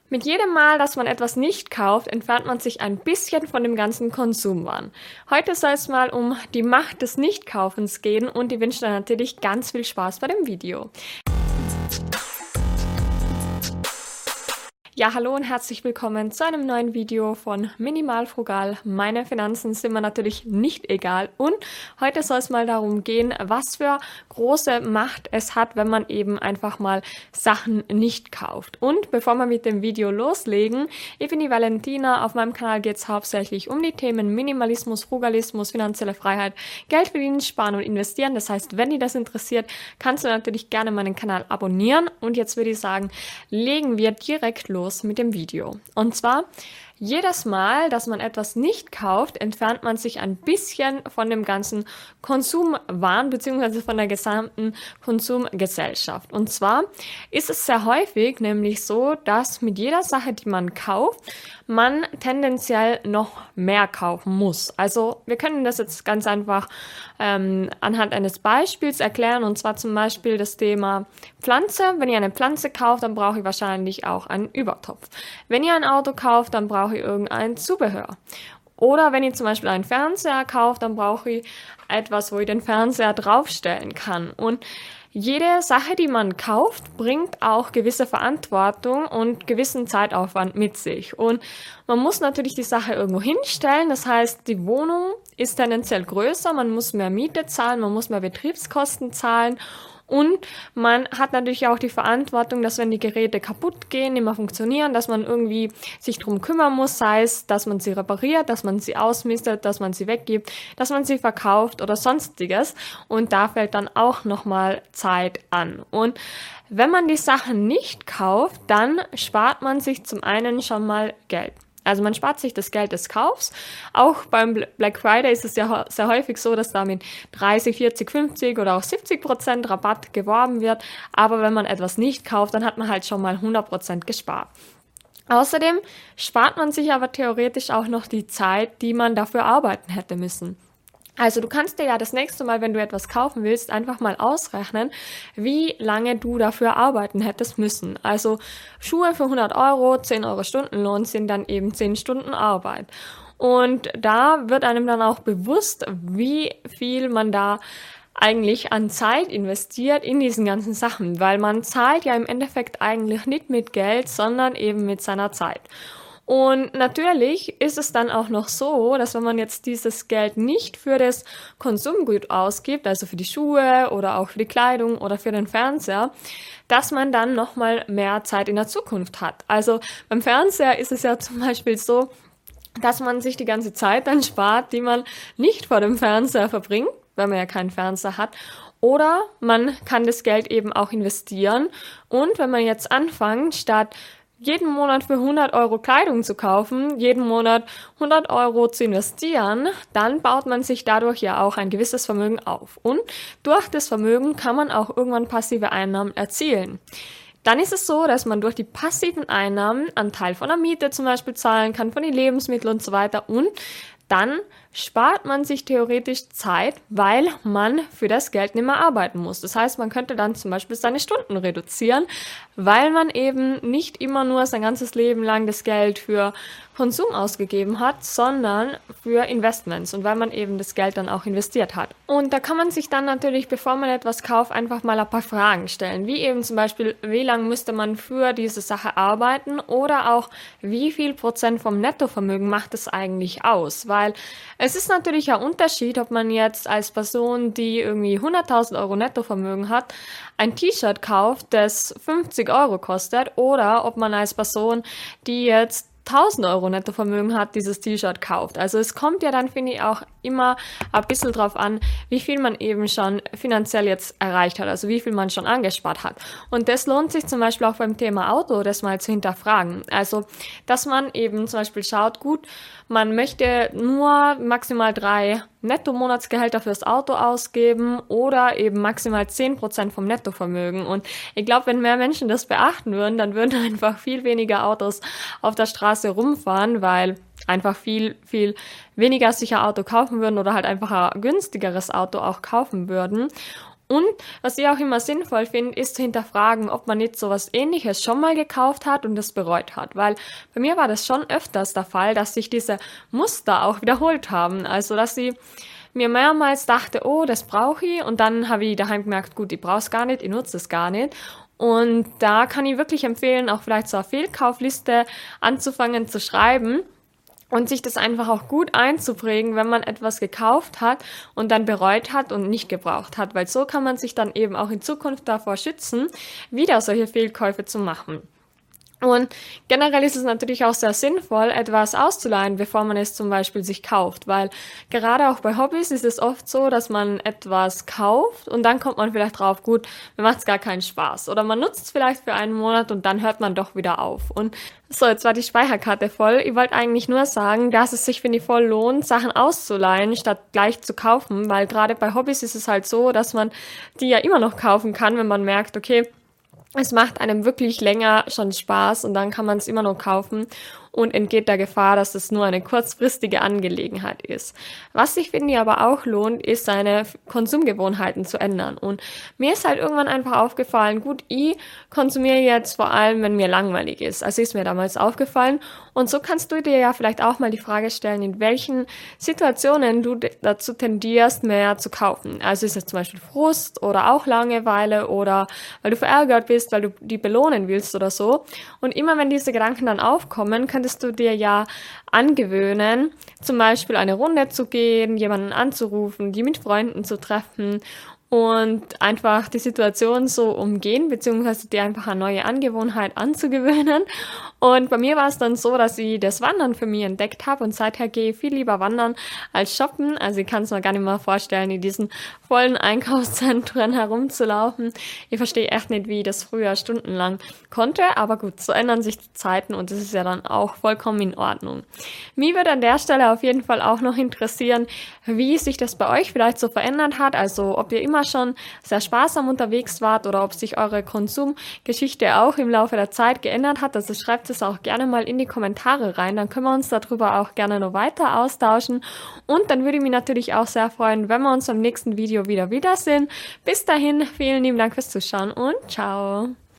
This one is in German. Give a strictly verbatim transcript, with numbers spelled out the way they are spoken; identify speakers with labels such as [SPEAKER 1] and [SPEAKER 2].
[SPEAKER 1] Mit jedem Mal, dass man etwas nicht kauft, entfernt man sich ein bisschen von dem ganzen Konsumwahn. Heute soll es mal um die Macht des Nichtkaufens gehen und ich wünsche dir natürlich ganz viel Spaß bei dem Video. Ja, hallo und herzlich willkommen zu einem neuen Video von Minimal Frugal. Meine Finanzen sind mir natürlich nicht egal und heute soll es mal darum gehen, was für große Macht es hat, wenn man eben einfach mal Sachen nicht kauft. Und bevor wir mit dem Video loslegen, ich bin die Valentina. Auf meinem Kanal geht es hauptsächlich um die Themen Minimalismus, Frugalismus, finanzielle Freiheit, Geld verdienen, sparen und investieren. Das heißt, wenn dich das interessiert, kannst du natürlich gerne meinen Kanal abonnieren. Und jetzt würde ich sagen, legen wir direkt los mit dem Video. Und zwar, jedes Mal, dass man etwas nicht kauft, entfernt man sich ein bisschen von dem ganzen Konsumwahn bzw. von der gesamten Konsumgesellschaft. Und zwar ist es sehr häufig nämlich so, dass mit jeder Sache, die man kauft, man tendenziell noch mehr kaufen muss. Also wir können das jetzt ganz einfach ähm, anhand eines Beispiels erklären, und zwar zum Beispiel das Thema Pflanze. Wenn ihr eine Pflanze kauft, dann brauche ich wahrscheinlich auch einen Übertopf. Wenn ihr ein Auto kauft, dann brauche ich irgendein Zubehör. Oder wenn ihr zum Beispiel einen Fernseher kauft, dann brauche ich etwas, wo ich den Fernseher draufstellen kann. Und jede Sache, die man kauft, bringt auch gewisse Verantwortung und gewissen Zeitaufwand mit sich. Und man muss natürlich die Sache irgendwo hinstellen. Das heißt, die Wohnung ist tendenziell größer, man muss mehr Miete zahlen, man muss mehr Betriebskosten zahlen. Und man hat natürlich auch die Verantwortung, dass wenn die Geräte kaputt gehen, nicht mehr funktionieren, dass man irgendwie sich drum kümmern muss, sei es, dass man sie repariert, dass man sie ausmistet, dass man sie weggibt, dass man sie verkauft oder sonstiges. Und da fällt dann auch nochmal Zeit an. Und wenn man die Sachen nicht kauft, dann spart man sich zum einen schon mal Geld. Also man spart sich das Geld des Kaufs. Auch beim Black Friday ist es ja sehr häufig so, dass da mit dreißig, vierzig, fünfzig oder auch siebzig Prozent Rabatt geworben wird. Aber wenn man etwas nicht kauft, dann hat man halt schon mal hundert Prozent gespart. Außerdem spart man sich aber theoretisch auch noch die Zeit, die man dafür arbeiten hätte müssen. Also du kannst dir ja das nächste Mal, wenn du etwas kaufen willst, einfach mal ausrechnen, wie lange du dafür arbeiten hättest müssen. Also Schuhe für hundert Euro, zehn Euro Stundenlohn sind dann eben zehn Stunden Arbeit. Und da wird einem dann auch bewusst, wie viel man da eigentlich an Zeit investiert in diesen ganzen Sachen, weil man zahlt ja im Endeffekt eigentlich nicht mit Geld, sondern eben mit seiner Zeit. Und natürlich ist es dann auch noch so, dass wenn man jetzt dieses Geld nicht für das Konsumgut ausgibt, also für die Schuhe oder auch für die Kleidung oder für den Fernseher, dass man dann nochmal mehr Zeit in der Zukunft hat. Also beim Fernseher ist es ja zum Beispiel so, dass man sich die ganze Zeit dann spart, die man nicht vor dem Fernseher verbringt, weil man ja keinen Fernseher hat. Oder man kann das Geld eben auch investieren. Und wenn man jetzt anfängt, statt jeden Monat für hundert Euro Kleidung zu kaufen, jeden Monat hundert Euro zu investieren, dann baut man sich dadurch ja auch ein gewisses Vermögen auf. Und durch das Vermögen kann man auch irgendwann passive Einnahmen erzielen. Dann ist es so, dass man durch die passiven Einnahmen einen Teil von der Miete zum Beispiel zahlen kann, von den Lebensmitteln und so weiter. Und dann spart man sich theoretisch Zeit, weil man für das Geld nicht mehr arbeiten muss. Das heißt, man könnte dann zum Beispiel seine Stunden reduzieren, weil man eben nicht immer nur sein ganzes Leben lang das Geld für Konsum ausgegeben hat, sondern für Investments und weil man eben das Geld dann auch investiert hat. Und da kann man sich dann natürlich, bevor man etwas kauft, einfach mal ein paar Fragen stellen, wie eben zum Beispiel, wie lange müsste man für diese Sache arbeiten oder auch, wie viel Prozent vom Nettovermögen macht es eigentlich aus, weil es ist natürlich ein Unterschied, ob man jetzt als Person, die irgendwie hunderttausend Euro Nettovermögen hat, ein T-Shirt kauft, das fünfzig Euro kostet, oder ob man als Person, die jetzt tausend Euro Nettovermögen hat, dieses T-Shirt kauft. Also es kommt ja dann, finde ich, auch immer ein bisschen drauf an, wie viel man eben schon finanziell jetzt erreicht hat, also wie viel man schon angespart hat. Und das lohnt sich zum Beispiel auch beim Thema Auto, das mal zu hinterfragen. Also, dass man eben zum Beispiel schaut, gut, man möchte nur maximal drei Netto-Monatsgehälter fürs Auto ausgeben oder eben maximal zehn Prozent vom Nettovermögen. Und ich glaube, wenn mehr Menschen das beachten würden, dann würden einfach viel weniger Autos auf der Straße rumfahren, weil einfach viel, viel weniger sicher Auto kaufen würden oder halt einfach ein günstigeres Auto auch kaufen würden. Und was ich auch immer sinnvoll finde, ist zu hinterfragen, ob man nicht sowas Ähnliches schon mal gekauft hat und es bereut hat. Weil bei mir war das schon öfters der Fall, dass sich diese Muster auch wiederholt haben. Also, dass ich mir mehrmals dachte, oh, das brauche ich. Und dann habe ich daheim gemerkt, gut, ich brauche es gar nicht, ich nutze es gar nicht. Und da kann ich wirklich empfehlen, auch vielleicht so eine Fehlkaufliste anzufangen zu schreiben. Und sich das einfach auch gut einzuprägen, wenn man etwas gekauft hat und dann bereut hat und nicht gebraucht hat. Weil so kann man sich dann eben auch in Zukunft davor schützen, wieder solche Fehlkäufe zu machen. Und generell ist es natürlich auch sehr sinnvoll, etwas auszuleihen, bevor man es zum Beispiel sich kauft, weil gerade auch bei Hobbys ist es oft so, dass man etwas kauft und dann kommt man vielleicht drauf, gut, mir macht es gar keinen Spaß oder man nutzt es vielleicht für einen Monat und dann hört man doch wieder auf. Und so, jetzt war die Speicherkarte voll. Ich wollte eigentlich nur sagen, dass es sich, finde ich, voll lohnt, Sachen auszuleihen, statt gleich zu kaufen, weil gerade bei Hobbys ist es halt so, dass man die ja immer noch kaufen kann, wenn man merkt, okay, es macht einem wirklich länger schon Spaß und dann kann man es immer noch kaufen und entgeht der Gefahr, dass es nur eine kurzfristige Angelegenheit ist. Was sich, finde ich, aber auch lohnt, ist, seine Konsumgewohnheiten zu ändern. Und mir ist halt irgendwann einfach aufgefallen, gut, ich konsumiere jetzt vor allem, wenn mir langweilig ist. Also ist mir damals aufgefallen. Und so kannst du dir ja vielleicht auch mal die Frage stellen, in welchen Situationen du dazu tendierst, mehr zu kaufen. Also ist es zum Beispiel Frust oder auch Langeweile oder weil du verärgert bist, weil du die belohnen willst oder so. Und immer wenn diese Gedanken dann aufkommen, könntest du dir ja angewöhnen, zum Beispiel eine Runde zu gehen, jemanden anzurufen, die mit Freunden zu treffen und einfach die Situation so umgehen, beziehungsweise dir einfach eine neue Angewohnheit anzugewöhnen. Und bei mir war es dann so, dass ich das Wandern für mich entdeckt habe und seither gehe ich viel lieber wandern als shoppen. Also ich kann es mir gar nicht mehr vorstellen, in diesen vollen Einkaufszentren herumzulaufen. Ich verstehe echt nicht, wie ich das früher stundenlang konnte, aber gut, so ändern sich die Zeiten und das ist ja dann auch vollkommen in Ordnung. Mich würde an der Stelle auf jeden Fall auch noch interessieren, wie sich das bei euch vielleicht so verändert hat, also ob ihr immer schon sehr sparsam unterwegs wart oder ob sich eure Konsumgeschichte auch im Laufe der Zeit geändert hat. Also schreibt es auch gerne mal in die Kommentare rein, dann können wir uns darüber auch gerne noch weiter austauschen und dann würde ich mich natürlich auch sehr freuen, wenn wir uns im nächsten Video wieder wiedersehen. Bis dahin, vielen lieben Dank fürs Zuschauen und ciao!